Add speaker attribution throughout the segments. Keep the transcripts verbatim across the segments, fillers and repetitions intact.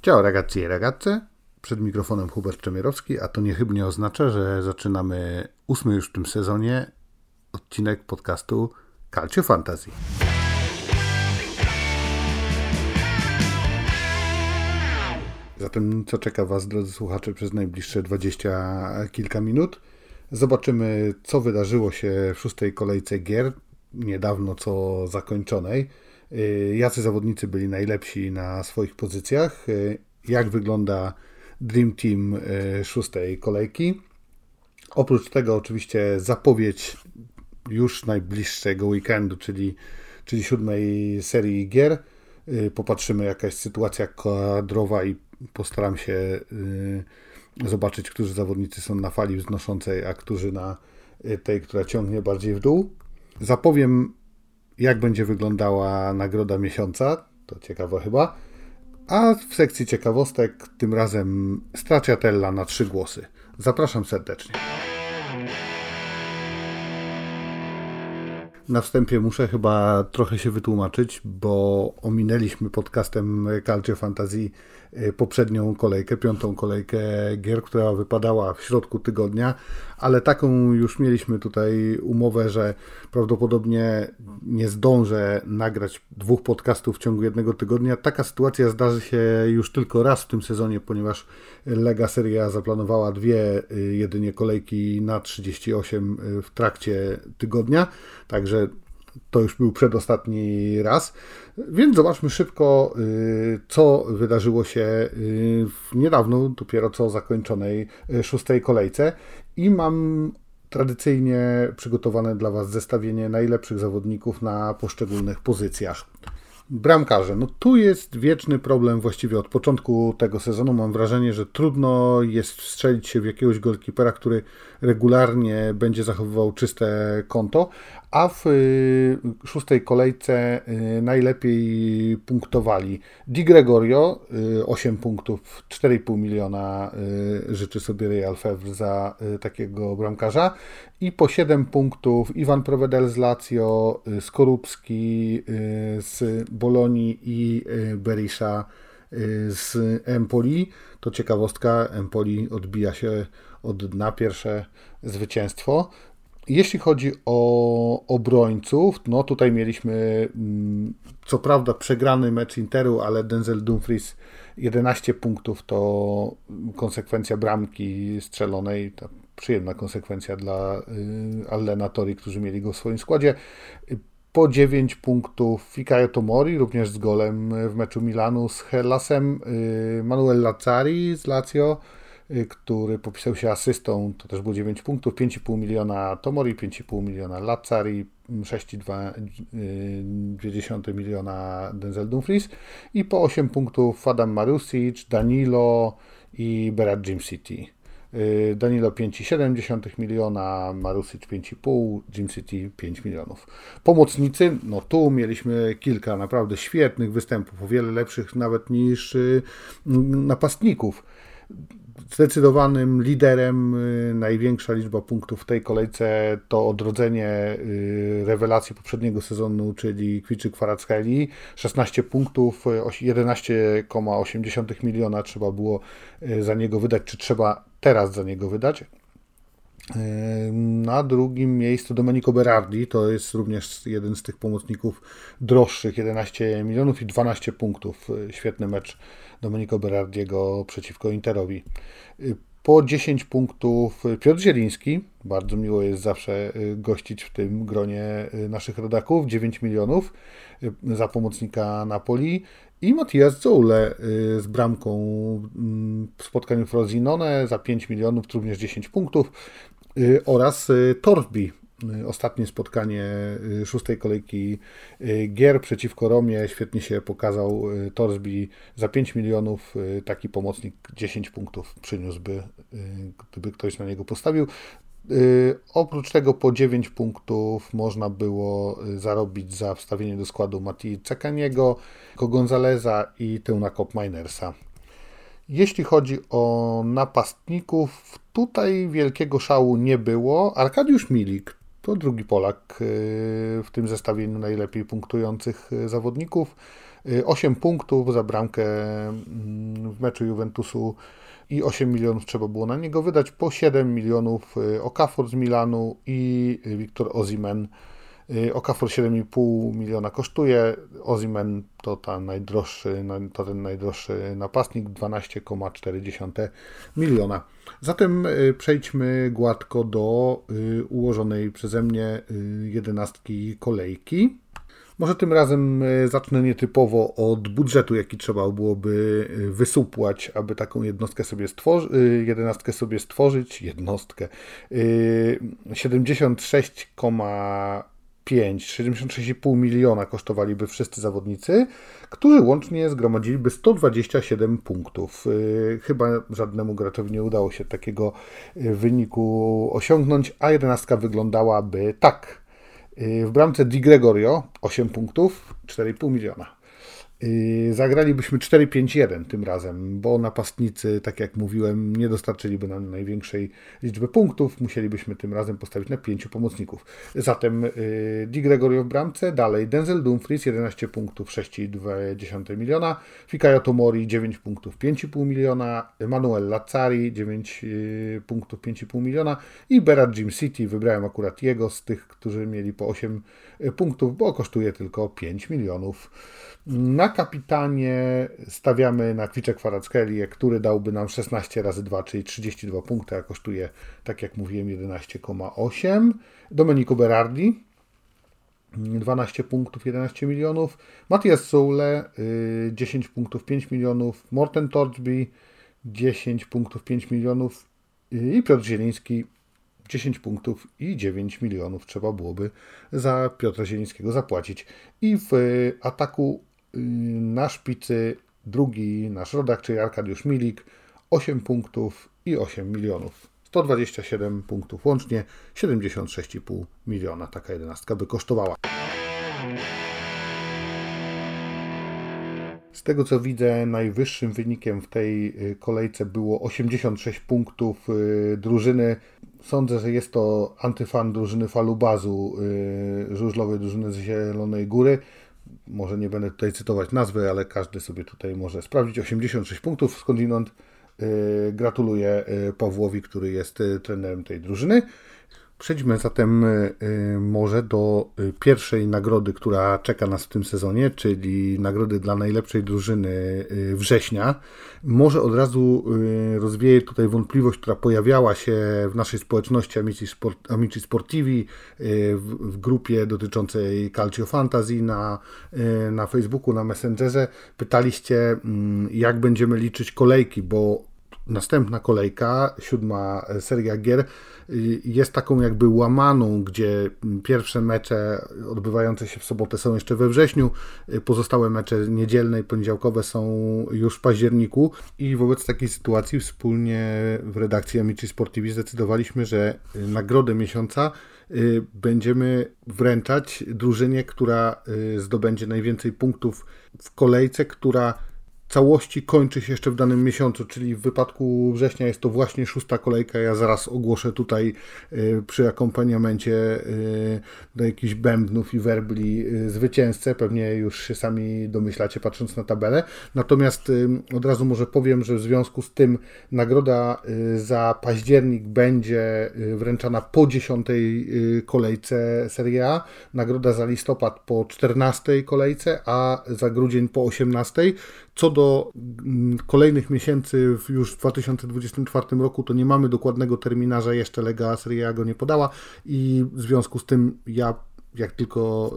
Speaker 1: Ciao ragazzi e ragazze, przed mikrofonem Hubert Czemierowski, a to niechybnie oznacza, że zaczynamy ósmy już w tym sezonie odcinek podcastu Calcio Fantasy. Zatem co czeka Was, drodzy słuchacze, przez najbliższe dwadzieścia kilka minut? Zobaczymy, co wydarzyło się w szóstej kolejce gier, niedawno co zakończonej. Jacy zawodnicy byli najlepsi na swoich pozycjach, jak wygląda Dream Team szóstej kolejki. Oprócz tego oczywiście zapowiedź już najbliższego weekendu, czyli, czyli siódmej serii gier. Popatrzymy, jaka jest sytuacja kadrowa i postaram się zobaczyć, którzy zawodnicy są na fali wznoszącej, a którzy na tej, która ciągnie bardziej w dół. Zapowiem, jak będzie wyglądała nagroda miesiąca, to ciekawe chyba. A w sekcji ciekawostek tym razem Stracciatella na trzy głosy. Zapraszam serdecznie. Na wstępie muszę chyba trochę się wytłumaczyć, bo ominęliśmy podcastem Calcio Fantasy poprzednią kolejkę, piątą kolejkę gier, która wypadała w środku tygodnia, ale taką już mieliśmy tutaj umowę, że prawdopodobnie nie zdążę nagrać dwóch podcastów w ciągu jednego tygodnia. Taka sytuacja zdarzy się już tylko raz w tym sezonie, ponieważ Lega Serie A zaplanowała dwie jedynie kolejki na trzydzieści osiem w trakcie tygodnia, także to już był przedostatni raz, więc zobaczmy szybko, co wydarzyło się w niedawno, dopiero co zakończonej szóstej kolejce i mam tradycyjnie przygotowane dla Was zestawienie najlepszych zawodników na poszczególnych pozycjach. Bramkarze. No tu jest wieczny problem właściwie od początku tego sezonu. Mam wrażenie, że trudno jest wstrzelić się w jakiegoś golkipera, który regularnie będzie zachowywał czyste konto, a w szóstej kolejce najlepiej punktowali Di Gregorio, osiem punktów, cztery i pół miliona życzy sobie Real Fevre za takiego bramkarza i po siedem punktów Ivan Provedel z Lazio, Skorupski z Bolonii i Berisha z Empoli. To ciekawostka, Empoli odbija się od dna, pierwsze zwycięstwo. Jeśli chodzi o obrońców, no tutaj mieliśmy co prawda przegrany mecz Interu, ale Denzel Dumfries jedenaście punktów to konsekwencja bramki strzelonej, ta przyjemna konsekwencja dla Allenatori, którzy mieli go w swoim składzie. Po dziewięć punktów Fikayo Tomori, również z golem w meczu Milanu z Hellasem. Manuel Lazzari z Lazio, który popisał się asystą, to też było dziewięć punktów, pięć i pół miliona Tomori, pięć i pół miliona Lazzari, sześć i dwa miliona Denzel Dumfries i po osiem punktów Adam Marusic, Danilo i Berat Džimsiti. Danilo pięć i siedem miliona, Marusic pięć i pół, Džimsiti pięć milionów. Pomocnicy, no tu mieliśmy kilka naprawdę świetnych występów, o wiele lepszych nawet niż napastników. Zdecydowanym liderem, największa liczba punktów w tej kolejce to odrodzenie rewelacji poprzedniego sezonu, czyli Kwiczy Kvaratskhelia. szesnaście punktów, jedenaście przecinek osiem miliona trzeba było za niego wydać, czy trzeba teraz za niego wydać. Na drugim miejscu Domenico Berardi, to jest również jeden z tych pomocników droższych, jedenaście milionów i dwanaście punktów. Świetny mecz Domenico Berardiego przeciwko Interowi. Po dziesięć punktów Piotr Zieliński, bardzo miło jest zawsze gościć w tym gronie naszych rodaków, dziewięć milionów za pomocnika Napoli i Mattias Zoule z bramką w spotkaniu w Frosinone za pięć milionów, również dziesięć punktów oraz Torsby. Ostatnie spotkanie szóstej kolejki gier przeciwko Romie. Świetnie się pokazał Torsby za pięć milionów. Taki pomocnik dziesięć punktów przyniósłby, gdyby ktoś na niego postawił. Oprócz tego po dziewięć punktów można było zarobić za wstawienie do składu Mattii Cekaniego, Gonzaleza i Teuna Koopmeinersa. Jeśli chodzi o napastników, tutaj wielkiego szału nie było. Arkadiusz Milik to drugi Polak w tym zestawieniu najlepiej punktujących zawodników. osiem punktów za bramkę w meczu Juventusu i osiem milionów trzeba było na niego wydać, po siedem milionów Okafor z Milanu i Victor Osimhen. Okafor siedem i pół miliona kosztuje, Osimhen to, ta najdroższy, to ten najdroższy napastnik, dwanaście przecinek cztery miliona. Zatem przejdźmy gładko do ułożonej przeze mnie jedenastki kolejki. Może tym razem zacznę nietypowo od budżetu, jaki trzeba byłoby wysupłać, aby taką jednostkę sobie stworzyć, jedenastkę sobie stworzyć, jednostkę, siedemdziesiąt sześć przecinek pięć, siedemdziesiąt sześć i pół miliona kosztowaliby wszyscy zawodnicy, którzy łącznie zgromadziliby sto dwadzieścia siedem punktów. Chyba żadnemu graczowi nie udało się takiego wyniku osiągnąć, a jedenastka wyglądałaby tak. W bramce Di Gregorio osiem punktów, cztery i pół miliona. Zagralibyśmy cztery pięć jeden tym razem, bo napastnicy, tak jak mówiłem, nie dostarczyliby nam największej liczby punktów. Musielibyśmy tym razem postawić na pięciu pomocników. Zatem Di Gregorio w bramce, dalej Denzel Dumfries jedenaście punktów, sześć i dwa miliona, Fikayo Tomori dziewięć punktów, pięć i pół miliona, Manuel Lazzari dziewięć punktów, pięć i pół miliona i Berat Jim City. Wybrałem akurat jego z tych, którzy mieli po osiem punktów, bo kosztuje tylko pięć milionów. Na kapitanie stawiamy na Kwicze Kvaratskhelia, który dałby nam szesnaście razy dwa, czyli trzydzieści dwa punkty, a kosztuje, tak jak mówiłem, jedenaście przecinek osiem. Domenico Berardi, dwanaście punktów, jedenaście milionów. Matthias Soule, dziesięć punktów, pięć milionów. Morten Torsby, dziesięć punktów, pięć milionów. I Piotr Zieliński, dziesięć punktów i dziewięć milionów trzeba byłoby za Piotra Zielińskiego zapłacić. I w ataku na szpicy drugi nasz rodak, czyli Arkadiusz Milik, osiem punktów i osiem milionów. sto dwadzieścia siedem punktów łącznie, siedemdziesiąt sześć i pół miliona taka jedenastka by kosztowała. Z tego co widzę, najwyższym wynikiem w tej kolejce było osiemdziesiąt sześć punktów drużyny. Sądzę, że jest to antyfan drużyny Falubazu, żużlowej drużyny z Zielonej Góry. Może nie będę tutaj cytować nazwy, ale każdy sobie tutaj może sprawdzić. osiemdziesiąt sześć punktów skądinąd. Gratuluję Pawłowi, który jest trenerem tej drużyny. Przejdźmy zatem może do pierwszej nagrody, która czeka nas w tym sezonie, czyli nagrody dla najlepszej drużyny września. Może od razu rozwieję tutaj wątpliwość, która pojawiała się w naszej społeczności Amici, Sport, Amici Sportivi, w, w grupie dotyczącej Calcio Fantasy na, na Facebooku, na Messengerze. Pytaliście, jak będziemy liczyć kolejki, bo następna kolejka, siódma seria gier, jest taką jakby łamaną, gdzie pierwsze mecze odbywające się w sobotę są jeszcze we wrześniu, pozostałe mecze niedzielne i poniedziałkowe są już w październiku i wobec takiej sytuacji wspólnie w redakcji Amici Sportivi zdecydowaliśmy, że nagrodę miesiąca będziemy wręczać drużynie, która zdobędzie najwięcej punktów w kolejce, która całości kończy się jeszcze w danym miesiącu, czyli w wypadku września jest to właśnie szósta kolejka. Ja zaraz ogłoszę tutaj y, przy akompaniamencie y, do jakichś bębnów i werbli y, zwycięzcę. Pewnie już się sami domyślacie, patrząc na tabelę. Natomiast y, od razu może powiem, że w związku z tym nagroda y, za październik będzie y, wręczana po dziesiątej y, kolejce Serie A, nagroda za listopad po czternastej kolejce, a za grudzień po osiemnastej. Co do kolejnych miesięcy już w dwa tysiące dwudziestym czwartym roku, to nie mamy dokładnego terminarza, jeszcze Lega Serie A go nie podała i w związku z tym ja, jak tylko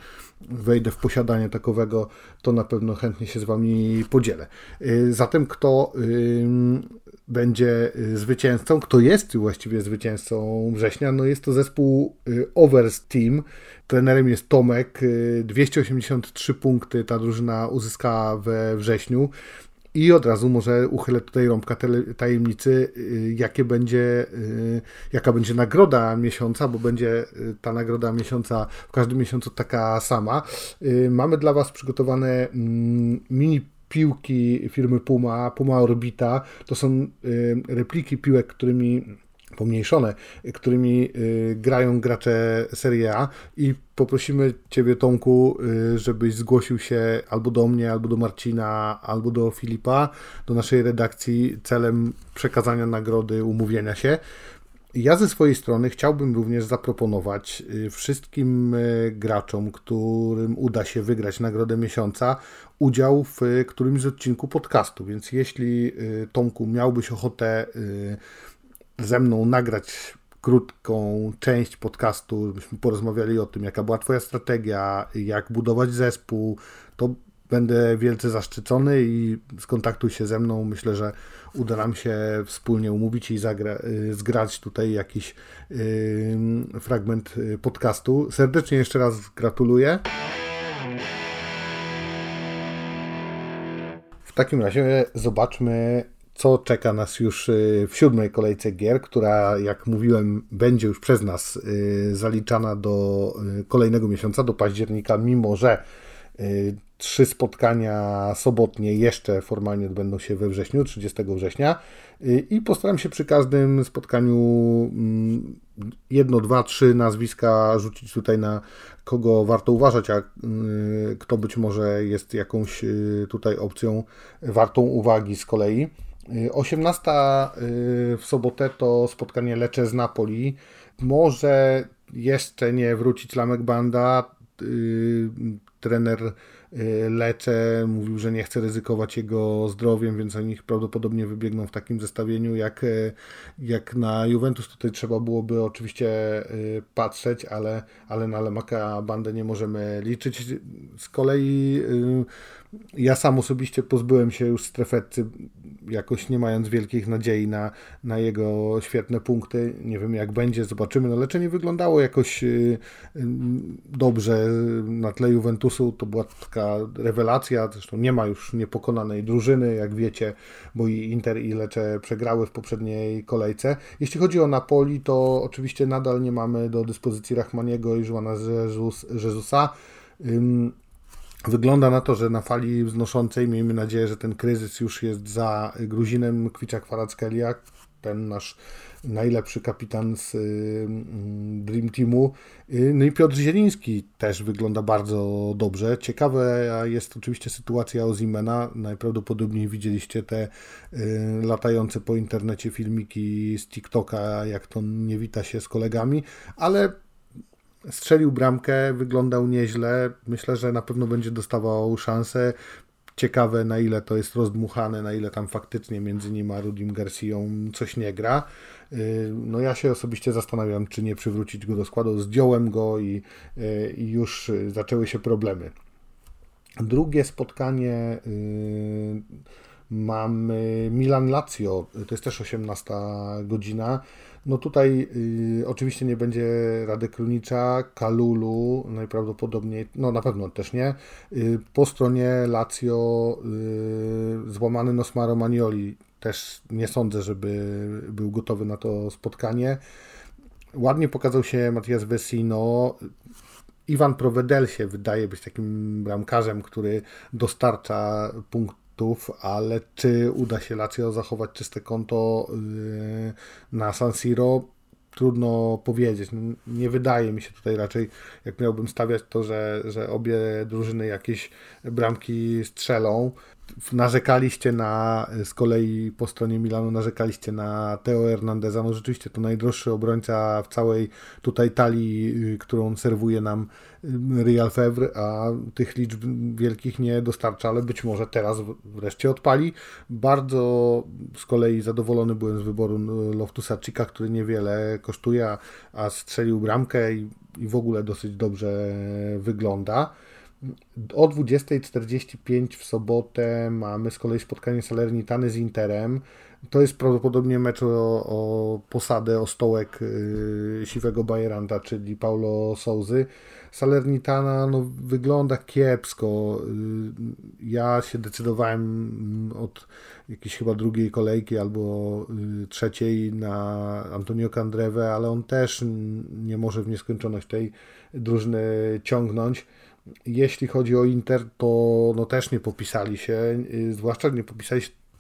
Speaker 1: wejdę w posiadanie takowego, to na pewno chętnie się z Wami podzielę. Zatem kto będzie zwycięzcą, kto jest właściwie zwycięzcą września, no jest to zespół Overs Team. Trenerem jest Tomek, dwieście osiemdziesiąt trzy punkty ta drużyna uzyskała we wrześniu. I od razu może uchylę tutaj rąbka tajemnicy, jakie będzie, jaka będzie nagroda miesiąca, bo będzie ta nagroda miesiąca w każdym miesiącu taka sama. Mamy dla Was przygotowane mini piłki firmy Puma, Puma Orbita. To są repliki piłek, którymi pomniejszone, którymi grają gracze Serie A i poprosimy Ciebie, Tomku, żebyś zgłosił się albo do mnie, albo do Marcina, albo do Filipa, do naszej redakcji celem przekazania nagrody, umówienia się. Ja ze swojej strony chciałbym również zaproponować wszystkim graczom, którym uda się wygrać nagrodę miesiąca, udział w którymś z odcinku podcastu, więc jeśli, Tomku, miałbyś ochotę ze mną nagrać krótką część podcastu, żebyśmy porozmawiali o tym, jaka była Twoja strategia, jak budować zespół, to będę wielce zaszczycony i skontaktuj się ze mną. Myślę, że uda nam się wspólnie umówić i zagra- zgrać tutaj jakiś yy, fragment podcastu. Serdecznie jeszcze raz gratuluję. W takim razie zobaczmy, co czeka nas już w siódmej kolejce gier, która, jak mówiłem, będzie już przez nas zaliczana do kolejnego miesiąca, do października, mimo że trzy spotkania sobotnie jeszcze formalnie odbędą się we wrześniu, trzydziestego września, i postaram się przy każdym spotkaniu jedno, dwa, trzy nazwiska rzucić tutaj, na kogo warto uważać, a kto być może jest jakąś tutaj opcją wartą uwagi z kolei. osiemnasta w sobotę to spotkanie Lecce z Napoli. Może jeszcze nie wrócić Lamek Banda. Trener Lecce mówił, że nie chce ryzykować jego zdrowiem, więc oni prawdopodobnie wybiegną w takim zestawieniu jak, jak na Juventus. Tutaj trzeba byłoby oczywiście patrzeć, ale, ale na Lamaka Bandę nie możemy liczyć. Z kolei ja sam osobiście pozbyłem się już Strefetty, jakoś nie mając wielkich nadziei na, na jego świetne punkty. Nie wiem, jak będzie, zobaczymy. No, Lecce nie wyglądało jakoś y, y, dobrze na tle Juventusu. To była taka rewelacja. Zresztą nie ma już niepokonanej drużyny, jak wiecie, bo i Inter i Lecce przegrały w poprzedniej kolejce. Jeśli chodzi o Napoli, to oczywiście nadal nie mamy do dyspozycji Rachmaniego i Joana Jesus, Jezusa. Ym, Wygląda na to, że na fali wznoszącej, miejmy nadzieję, że ten kryzys już jest za Gruzinem Kvaratskhelia, ten nasz najlepszy kapitan z Dream Teamu. No i Piotr Zieliński też wygląda bardzo dobrze. Ciekawa jest oczywiście sytuacja Osimena. Najprawdopodobniej widzieliście te latające po internecie filmiki z TikToka, jak to nie wita się z kolegami, ale strzelił bramkę, wyglądał nieźle. Myślę, że na pewno będzie dostawał szansę. Ciekawe, na ile to jest rozdmuchane, na ile tam faktycznie między nim a Rudim Garcią coś nie gra. No ja się osobiście zastanawiam, czy nie przywrócić go do składu. Zdjąłem go i, i już zaczęły się problemy. Drugie spotkanie mamy Milan-Lazio, to jest też osiemnasta godzina. No tutaj y, oczywiście nie będzie Radek Krunicza, Kalulu najprawdopodobniej, no na pewno też nie. Y, po stronie Lazio y, złamany Nosma Romagnoli, też nie sądzę, żeby był gotowy na to spotkanie. Ładnie pokazał się Matias Vecino. Iwan Provedel się wydaje być takim bramkarzem, który dostarcza punkt, ale czy uda się Lazio zachować czyste konto na San Siro? Trudno powiedzieć. Nie wydaje mi się tutaj raczej, jak miałbym stawiać, to, że, że obie drużyny jakieś bramki strzelą. Narzekaliście na, z kolei po stronie Milanu narzekaliście na Theo Hernandeza. No rzeczywiście to najdroższy obrońca w całej tutaj talii, którą serwuje nam Real Fevre, a tych liczb wielkich nie dostarcza, ale być może teraz wreszcie odpali. Bardzo z kolei zadowolony byłem z wyboru Loftusa-Cheeka, który niewiele kosztuje, a strzelił bramkę i, i w ogóle dosyć dobrze wygląda. O dwudziesta czterdzieści pięć w sobotę mamy z kolei spotkanie Salernitany z Interem. To jest prawdopodobnie mecz o, o posadę, o stołek yy, siwego Bajeranta, czyli Paulo Sousy. Salernitana no, wygląda kiepsko. Yy, ja się decydowałem od jakiejś chyba drugiej kolejki albo yy, trzeciej na Antonio Candrevę, ale on też nie może w nieskończoność tej drużyny ciągnąć. Jeśli chodzi o Inter, to no też nie popisali się, zwłaszcza nie popisali się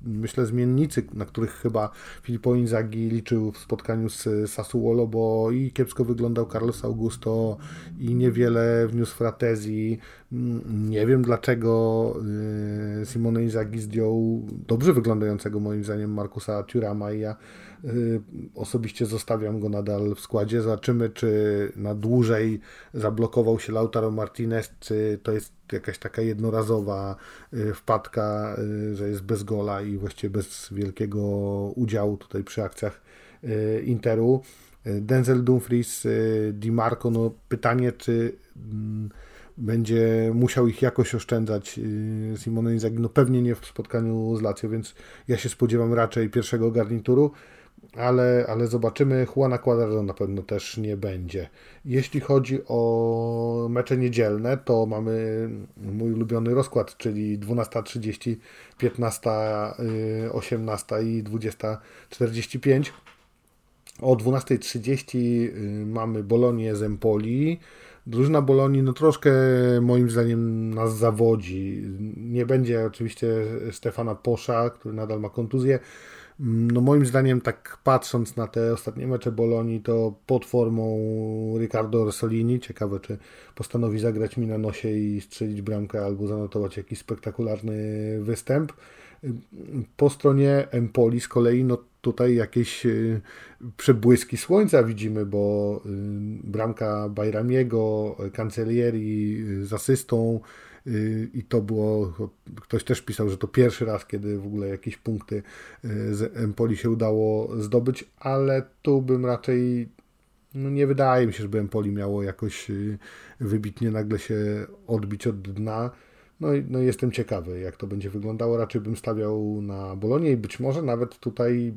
Speaker 1: myślę, zmiennicy, na których chyba Filippo Inzaghi liczył w spotkaniu z Sassuolo, bo i kiepsko wyglądał Carlos Augusto i niewiele wniósł Fratesi. Nie wiem dlaczego Simone Inzaghi zdjął dobrze wyglądającego moim zdaniem Marcusa Thurama i ja osobiście zostawiam go nadal w składzie. Zobaczymy, czy na dłużej zablokował się Lautaro Martinez, czy to jest jakaś taka jednorazowa wpadka, że jest bez gola i właściwie bez wielkiego udziału tutaj przy akcjach Interu. Denzel Dumfries, Di Marco, no pytanie, czy będzie musiał ich jakoś oszczędzać Simone Inzaghi, no pewnie nie w spotkaniu z Lazio, więc ja się spodziewam raczej pierwszego garnituru, ale, ale zobaczymy. Juana Cuadrado na pewno też nie będzie. Jeśli chodzi o mecze niedzielne, to mamy mój ulubiony rozkład, czyli dwunasta trzydzieści, piętnasta, osiemnasta i dwudziesta czterdzieści pięć. O dwunasta trzydzieści mamy Bolonię z Empoli. Drużyna Bolonii no troszkę moim zdaniem nas zawodzi. Nie będzie oczywiście Stefana Posza, który nadal ma kontuzję. No moim zdaniem, tak patrząc na te ostatnie mecze Bolonii, to pod formą Riccardo Orsolini, ciekawe czy postanowi zagrać mi na nosie i strzelić bramkę albo zanotować jakiś spektakularny występ. Po stronie Empoli z kolei no tutaj jakieś przebłyski słońca widzimy, bo bramka Bajramiego, Cancellieri z asystą i to było, ktoś też pisał, że to pierwszy raz, kiedy w ogóle jakieś punkty z Empoli się udało zdobyć, ale tu bym raczej, no nie wydaje mi się, żeby Empoli miało jakoś wybitnie nagle się odbić od dna. No i no jestem ciekawy, jak to będzie wyglądało. Raczej bym stawiał na Bolonię i być może nawet tutaj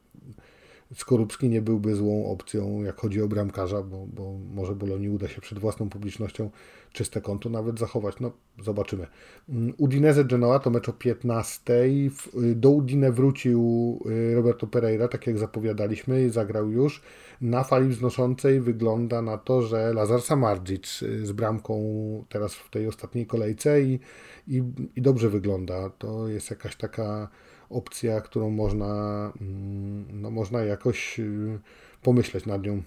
Speaker 1: Skorupski nie byłby złą opcją, jak chodzi o bramkarza, bo, bo może Bolonii uda się przed własną publicznością czyste konto nawet zachować. No, zobaczymy. Udinese Genoa to mecz o piętnastej. Do Udine wrócił Roberto Pereira, tak jak zapowiadaliśmy, zagrał już. Na fali wznoszącej wygląda na to, że Lazar Samardžić z bramką teraz w tej ostatniej kolejce i, i, i dobrze wygląda. To jest jakaś taka opcja, którą można, no można jakoś pomyśleć nad nią.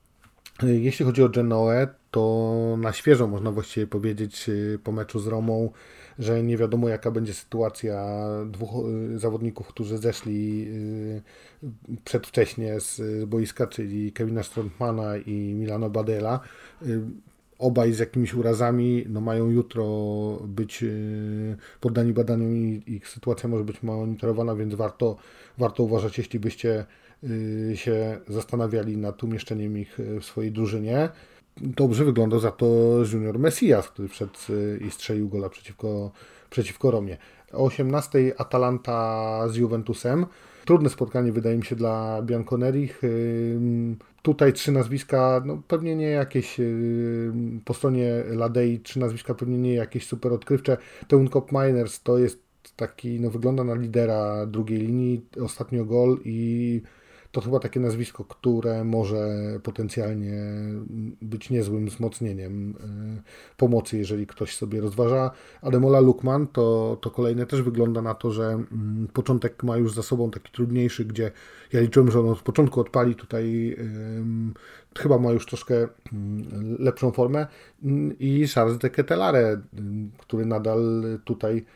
Speaker 1: Jeśli chodzi o Genoę, to na świeżo można właściwie powiedzieć po meczu z Romą, że nie wiadomo jaka będzie sytuacja dwóch zawodników, którzy zeszli przedwcześnie z boiska, czyli Kevina Strootmana i Milano Badela. Obaj z jakimiś urazami, no mają jutro być poddani badaniom i ich sytuacja może być monitorowana, więc warto, warto uważać, jeśli byście się zastanawiali nad umieszczeniem ich w swojej drużynie. Dobrze wygląda za to Junior Messias, który wszedł i strzelił gola przeciwko, przeciwko Romie. O osiemnastej Atalanta z Juventusem. Trudne spotkanie wydaje mi się dla Bianconerich. Tutaj trzy nazwiska, no pewnie nie jakieś, po stronie Ladei trzy nazwiska pewnie nie jakieś super odkrywcze. Teun Koopmeiners to jest taki, no wygląda na lidera drugiej linii, ostatnio gol i to chyba takie nazwisko, które może potencjalnie być niezłym wzmocnieniem pomocy, jeżeli ktoś sobie rozważa. Ademola Lookman to, to kolejne też wygląda na to, że początek ma już za sobą taki trudniejszy, gdzie ja liczyłem, że on od początku odpali tutaj, chyba ma już troszkę lepszą formę i Charles de Ketelare, który nadal tutaj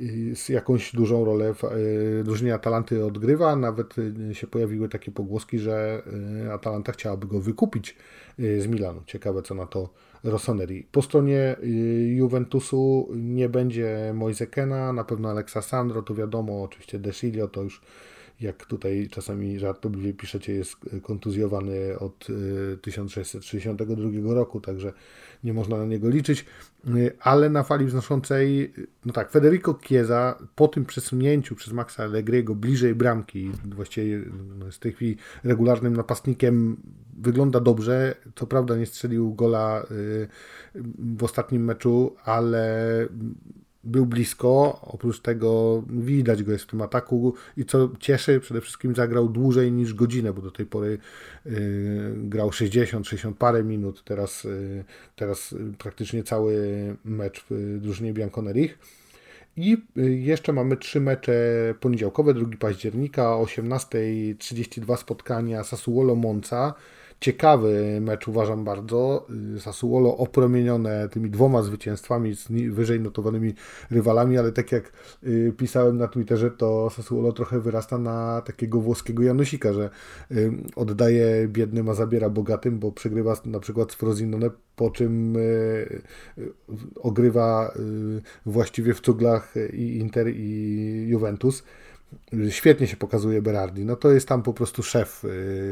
Speaker 1: jakąś dużą rolę w drużynie Atalanty odgrywa. Nawet się pojawiły takie pogłoski, że Atalanta chciałaby go wykupić z Milanu. Ciekawe, co na to Rossoneri. Po stronie Juventusu nie będzie Moise Keana, na pewno Alexa Sandro, to wiadomo, oczywiście De Sciglio to już, jak tutaj czasami żartobliwie piszecie, jest kontuzjowany od tysiąc sześćset sześćdziesiątego drugiego roku, także nie można na niego liczyć, ale na fali wznoszącej, no tak, Federico Chiesa po tym przesunięciu przez Maxa Allegriego bliżej bramki, właściwie no, jest w tej chwili regularnym napastnikiem, wygląda dobrze, co prawda nie strzelił gola w ostatnim meczu, ale był blisko, oprócz tego widać go jest w tym ataku i co cieszy, przede wszystkim zagrał dłużej niż godzinę, bo do tej pory y, grał sześćdziesiąt, sześćdziesiąt parę minut, teraz, y, teraz praktycznie cały mecz w drużynie Bianconerich. I jeszcze mamy trzy mecze poniedziałkowe, drugiego października, o osiemnasta trzydzieści dwa spotkania Sassuolo-Monza. Ciekawy mecz uważam bardzo. Sassuolo opromienione tymi dwoma zwycięstwami z wyżej notowanymi rywalami, ale tak jak pisałem na Twitterze, to Sassuolo trochę wyrasta na takiego włoskiego Janusika, że oddaje biednym, a zabiera bogatym, bo przegrywa na przykład z Frosinone, po czym ogrywa właściwie w cuglach i Inter, i Juventus. Świetnie się pokazuje Berardi. No to jest tam po prostu szef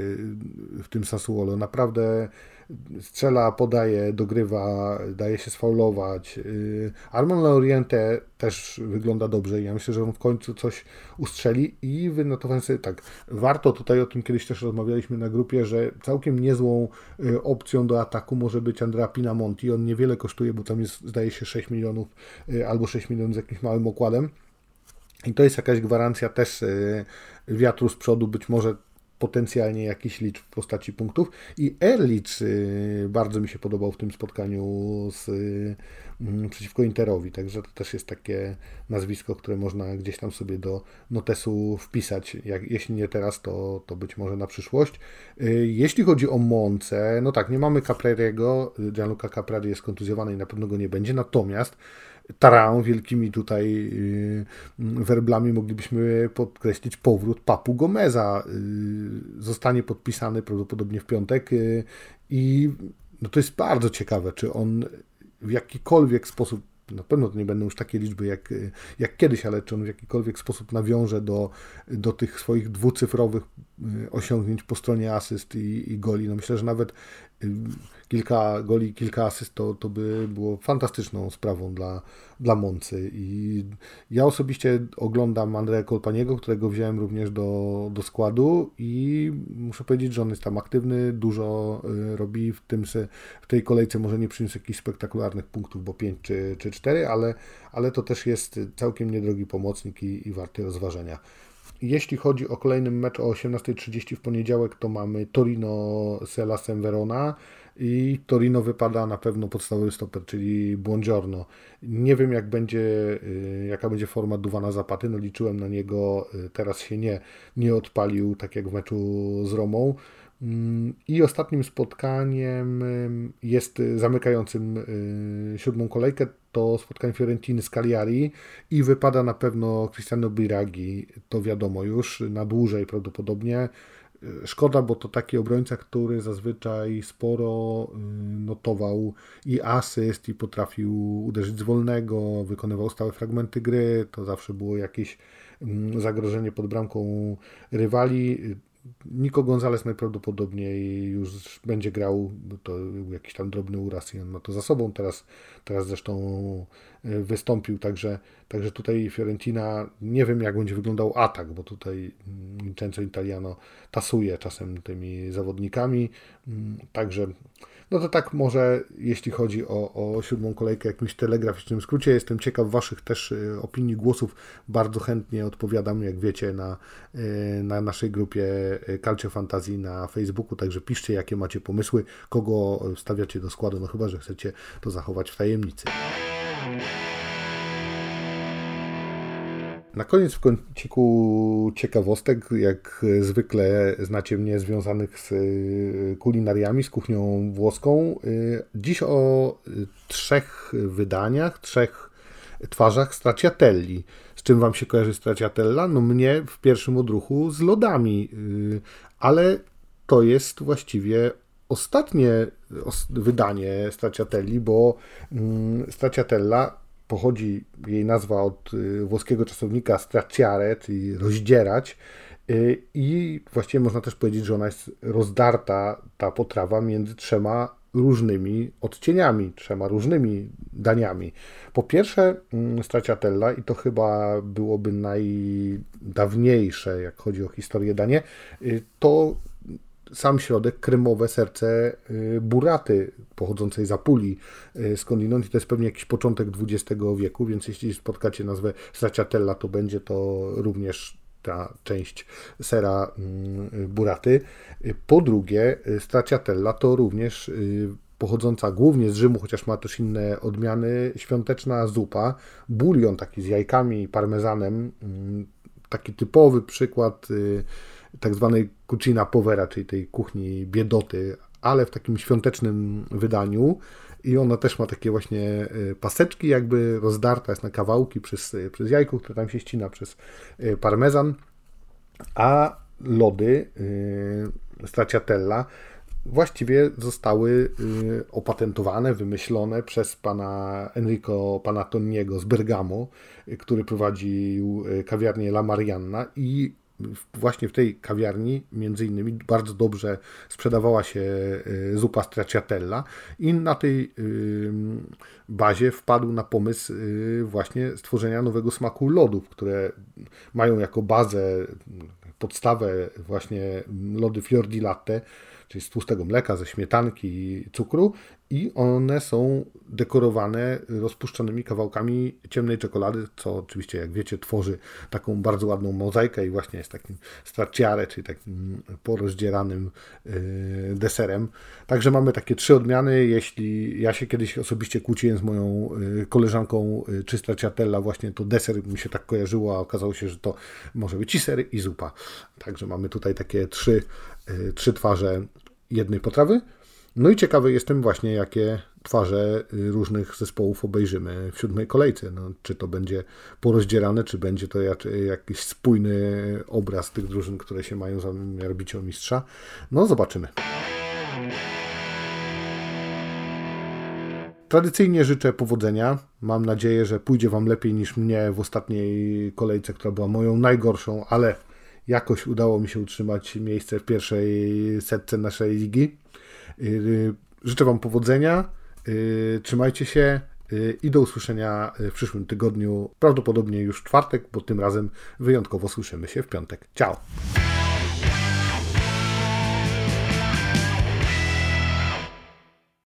Speaker 1: w tym Sassuolo. Naprawdę strzela, podaje, dogrywa, daje się sfaulować. Armand Lauriente też wygląda dobrze. Ja myślę, że on w końcu coś ustrzeli i wynotowałem sobie tak. Warto tutaj, o tym kiedyś też rozmawialiśmy na grupie, że całkiem niezłą opcją do ataku może być Andrea Pinamonti. On niewiele kosztuje, bo tam jest, zdaje się, sześć milionów albo sześć milionów z jakimś małym okładem. I to jest jakaś gwarancja też wiatru z przodu, być może potencjalnie jakiś licz w postaci punktów. I Erlich bardzo mi się podobał w tym spotkaniu z, przeciwko Interowi, także to też jest takie nazwisko, które można gdzieś tam sobie do notesu wpisać. Jak, jeśli nie teraz, to, to być może na przyszłość. Jeśli chodzi o Moncę, no tak, nie mamy Caprariego, Gianluca Caprari jest kontuzjowany i na pewno go nie będzie, natomiast Taran, wielkimi tutaj werblami moglibyśmy podkreślić powrót Papu Gomeza. Zostanie podpisany prawdopodobnie w piątek i no to jest bardzo ciekawe, czy on w jakikolwiek sposób, na pewno to nie będą już takie liczby jak, jak kiedyś, ale czy on w jakikolwiek sposób nawiąże do, do tych swoich dwucyfrowych osiągnięć po stronie asyst i, i goli. No myślę, że nawet kilka goli, kilka asyst to, to by było fantastyczną sprawą dla, dla Moncy. I ja osobiście oglądam Andrea Colpaniego, którego wziąłem również do, do składu i muszę powiedzieć, że on jest tam aktywny, dużo robi w, tym, w tej kolejce, może nie przyniósł jakichś spektakularnych punktów, bo pięć czy, czy cztery, ale, ale to też jest całkiem niedrogi pomocnik i, i warty rozważenia. Jeśli chodzi o kolejny mecz o osiemnasta trzydzieści w poniedziałek, to mamy Torino z Hellasem Verona i Torino wypada na pewno podstawowy stoper, czyli Buongiorno. Nie wiem, jak będzie, jaka będzie forma Duwana Zapaty, no liczyłem na niego, teraz się nie, nie odpalił, tak jak w meczu z Romą. I ostatnim spotkaniem jest zamykającym siódmą kolejkę, to spotkanie Fiorentiny z Cagliari i wypada na pewno Cristiano Biraghi, to wiadomo już, na dłużej prawdopodobnie. Szkoda, bo to taki obrońca, który zazwyczaj sporo notował i asyst, i potrafił uderzyć z wolnego, wykonywał stałe fragmenty gry, to zawsze było jakieś zagrożenie pod bramką rywali. Nico Gonzalez najprawdopodobniej już będzie grał, to był jakiś tam drobny uraz i on ma to za sobą, teraz, teraz zresztą wystąpił, także, także tutaj Fiorentina, nie wiem jak będzie wyglądał atak, bo tutaj Vincenzo Italiano tasuje czasem tymi zawodnikami, także no to tak może jeśli chodzi o, o siódmą kolejkę, jakimś telegraficznym skrócie. Jestem ciekaw Waszych też opinii, głosów. Bardzo chętnie odpowiadam, jak wiecie, na, na naszej grupie Calcio Fantasy na Facebooku, także piszcie, jakie macie pomysły, kogo stawiacie do składu, no chyba że chcecie to zachować w tajemnicy. Na koniec w kąciku ciekawostek, jak zwykle znacie mnie związanych z kulinariami, z kuchnią włoską. Dziś o trzech wydaniach, trzech twarzach Stracciatelli. Z czym Wam się kojarzy Stracciatella? No mnie w pierwszym odruchu z lodami, ale to jest właściwie ostatnie wydanie Stracciatelli, bo Stracciatella pochodzi jej nazwa od włoskiego czasownika stracciare, czyli rozdzierać, i właściwie można też powiedzieć, że ona jest rozdarta, ta potrawa, między trzema różnymi odcieniami, trzema różnymi daniami. Po pierwsze stracciatella, i to chyba byłoby najdawniejsze, jak chodzi o historię danie, to sam środek, kremowe serce buraty pochodzącej z Apulii skądinąd i to jest pewnie jakiś początek dwudziestego wieku, więc jeśli spotkacie nazwę stracciatella, to będzie to również ta część sera buraty. Po drugie, stracciatella to również pochodząca głównie z Rzymu, chociaż ma też inne odmiany, świąteczna zupa, bulion taki z jajkami i parmezanem, taki typowy przykład tak zwanej cucina povera, czyli tej kuchni biedoty, ale w takim świątecznym wydaniu. I ona też ma takie właśnie paseczki, jakby rozdarta jest na kawałki przez, przez jajko, które tam się ścina przez parmezan. A lody stracciatella właściwie zostały opatentowane, wymyślone przez pana Enrico Panatoniego z Bergamo, który prowadził kawiarnię La Marianna i właśnie w tej kawiarni między innymi bardzo dobrze sprzedawała się zupa stracciatella i na tej bazie wpadł na pomysł właśnie stworzenia nowego smaku lodów, które mają jako bazę, podstawę właśnie lody fior di latte, czyli z tłustego mleka, ze śmietanki i cukru, i one są dekorowane rozpuszczonymi kawałkami ciemnej czekolady, co oczywiście, jak wiecie, tworzy taką bardzo ładną mozaikę i właśnie jest takim stracciare, czyli takim porozdzieranym yy, deserem. Także mamy takie trzy odmiany. Jeśli ja się kiedyś osobiście kłóciłem z moją yy, koleżanką, yy, czy stracciatella, właśnie to deser mi się tak kojarzyło, a okazało się, że to może być i ser, i zupa. Także mamy tutaj takie trzy, yy, trzy twarze jednej potrawy. No i ciekawy jestem właśnie, jakie twarze różnych zespołów obejrzymy w siódmej kolejce. No, czy to będzie porozdzierane, czy będzie to jak, jakiś spójny obraz tych drużyn, które się mają zamiar bić o mistrza. No zobaczymy. Tradycyjnie życzę powodzenia. Mam nadzieję, że pójdzie Wam lepiej niż mnie w ostatniej kolejce, która była moją najgorszą, ale jakoś udało mi się utrzymać miejsce w pierwszej setce naszej ligi. Życzę Wam powodzenia, trzymajcie się i do usłyszenia w przyszłym tygodniu, prawdopodobnie już w czwartek, bo tym razem wyjątkowo słyszymy się w piątek. Ciao!